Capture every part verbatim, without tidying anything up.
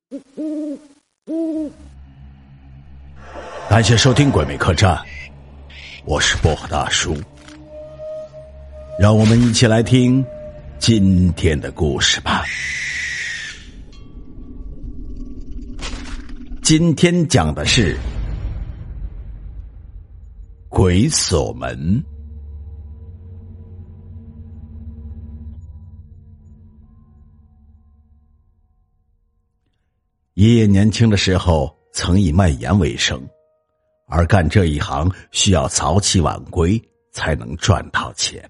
感谢收听鬼魅客栈，我是薄荷大叔。让我们一起来听今天的故事吧。今天讲的是鬼锁门。爷爷年轻的时候曾以卖盐为生，而干这一行需要早起晚归才能赚到钱。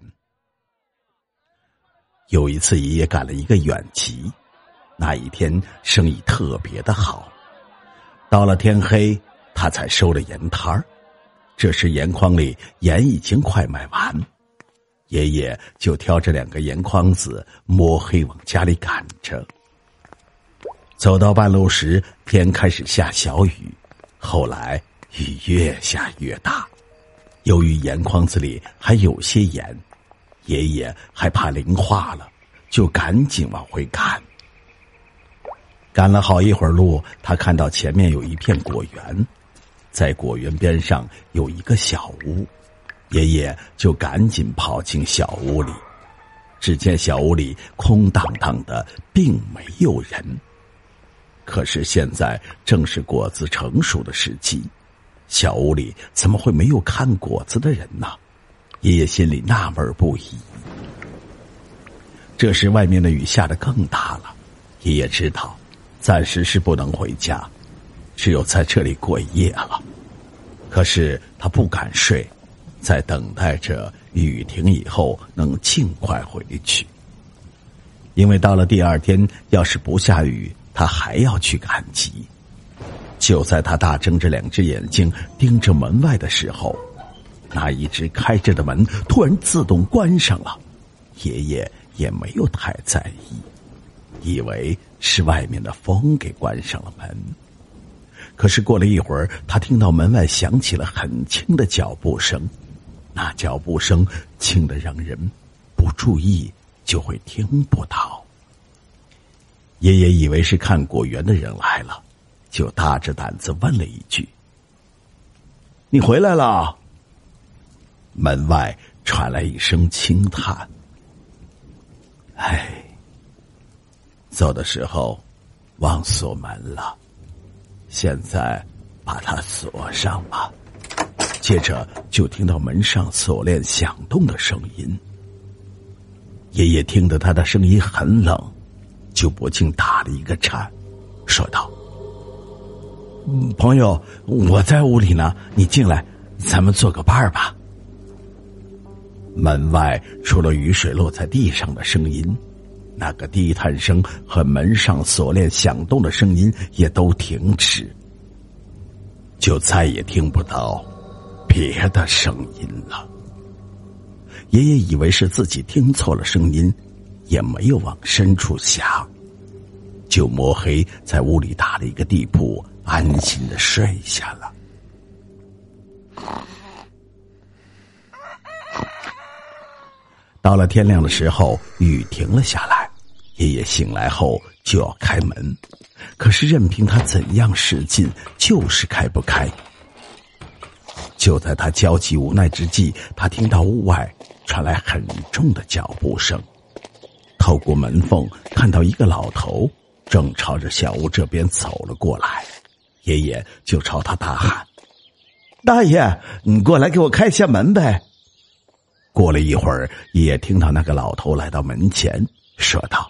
有一次爷爷赶了一个远集，那一天生意特别的好，到了天黑他才收了盐摊儿。这时盐筐里盐已经快卖完，爷爷就挑着两个盐筐子摸黑往家里赶着。走到半路时，天开始下小雨，后来雨越下越大。由于盐筐子里还有些盐，爷爷害怕淋化了，就赶紧往回赶。赶了好一会儿路，他看到前面有一片果园，在果园边上有一个小屋，爷爷就赶紧跑进小屋里。只见小屋里空荡荡的，并没有人。可是现在正是果子成熟的时机，小屋里怎么会没有看果子的人呢？爷爷心里纳闷不已。这时外面的雨下得更大了，爷爷知道暂时是不能回家，只有在这里过夜了。可是他不敢睡，在等待着雨停以后能尽快回去。因为到了第二天，要是不下雨，他还要去赶集。就在他大睁着两只眼睛盯着门外的时候，那一直开着的门突然自动关上了。爷爷也没有太在意，以为是外面的风给关上了门。可是过了一会儿，他听到门外响起了很轻的脚步声，那脚步声轻得让人不注意就会听不到。爷爷以为是看果园的人来了，就大着胆子问了一句：“你回来了？”门外传来一声轻叹：“唉，走的时候忘锁门了，现在把它锁上吧。”接着就听到门上锁链响动的声音。爷爷听得他的声音很冷，就不禁打了一个颤，说道：“朋友，我在屋里呢，你进来，咱们做个伴儿吧。”门外除了雨水落在地上的声音，那个低叹声和门上锁链响动的声音也都停止，就再也听不到别的声音了。爷爷以为是自己听错了声音，也没有往深处想，就摸黑在屋里打了一个地铺，安心的睡下了。到了天亮的时候，雨停了下来，爷爷醒来后就要开门，可是任凭他怎样使劲，就是开不开。就在他焦急无奈之际，他听到屋外传来很重的脚步声，透过门缝看到一个老头正朝着小屋这边走了过来。爷爷就朝他大喊：“大爷，你过来给我开下门呗！”过了一会儿，爷爷听到那个老头来到门前，说道：“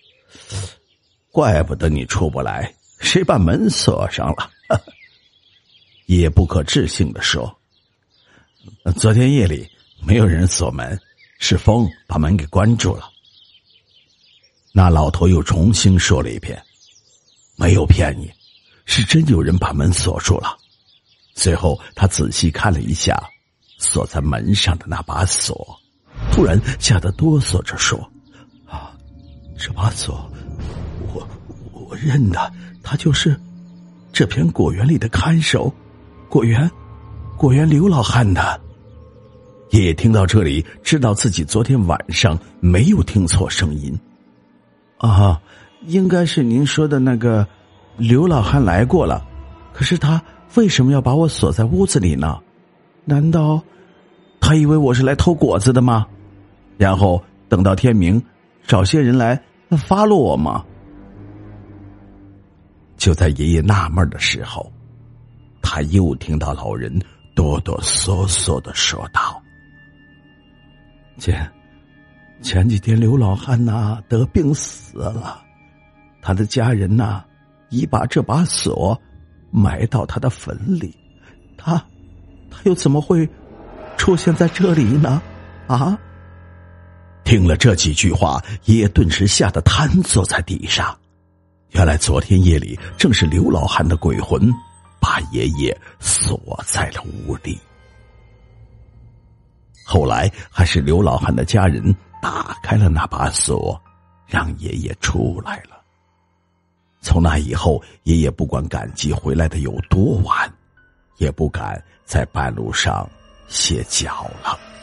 怪不得你出不来，谁把门锁上了？”爷爷不可置信地说：“昨天夜里没有人锁门，是风把门给关住了。”那老头又重新说了一遍：“没有骗你，是真有人把门锁住了。”随后他仔细看了一下锁在门上的那把锁，突然吓得哆嗦着说：“啊，这把锁，我我认得，他就是这片果园里的看守，果园，果园刘老汉的。”爷爷听到这里，知道自己昨天晚上没有听错声音。啊，应该是您说的那个刘老汉来过了，可是他为什么要把我锁在屋子里呢？难道他以为我是来偷果子的吗？然后等到天明，找些人来发落我吗？就在爷爷纳闷的时候，他又听到老人哆哆嗦嗦的说道：前前几天刘老汉呐得病死了，他的家人呐已把这把锁埋到他的坟里，他他又怎么会出现在这里呢？啊！听了这几句话，爷爷顿时吓得瘫坐在地上。原来昨天夜里正是刘老汉的鬼魂把爷爷锁在了屋里。后来还是刘老汉的家人打开了那把锁，让爷爷出来了。从那以后，爷爷不管赶集回来的有多晚，也不敢在半路上歇脚了。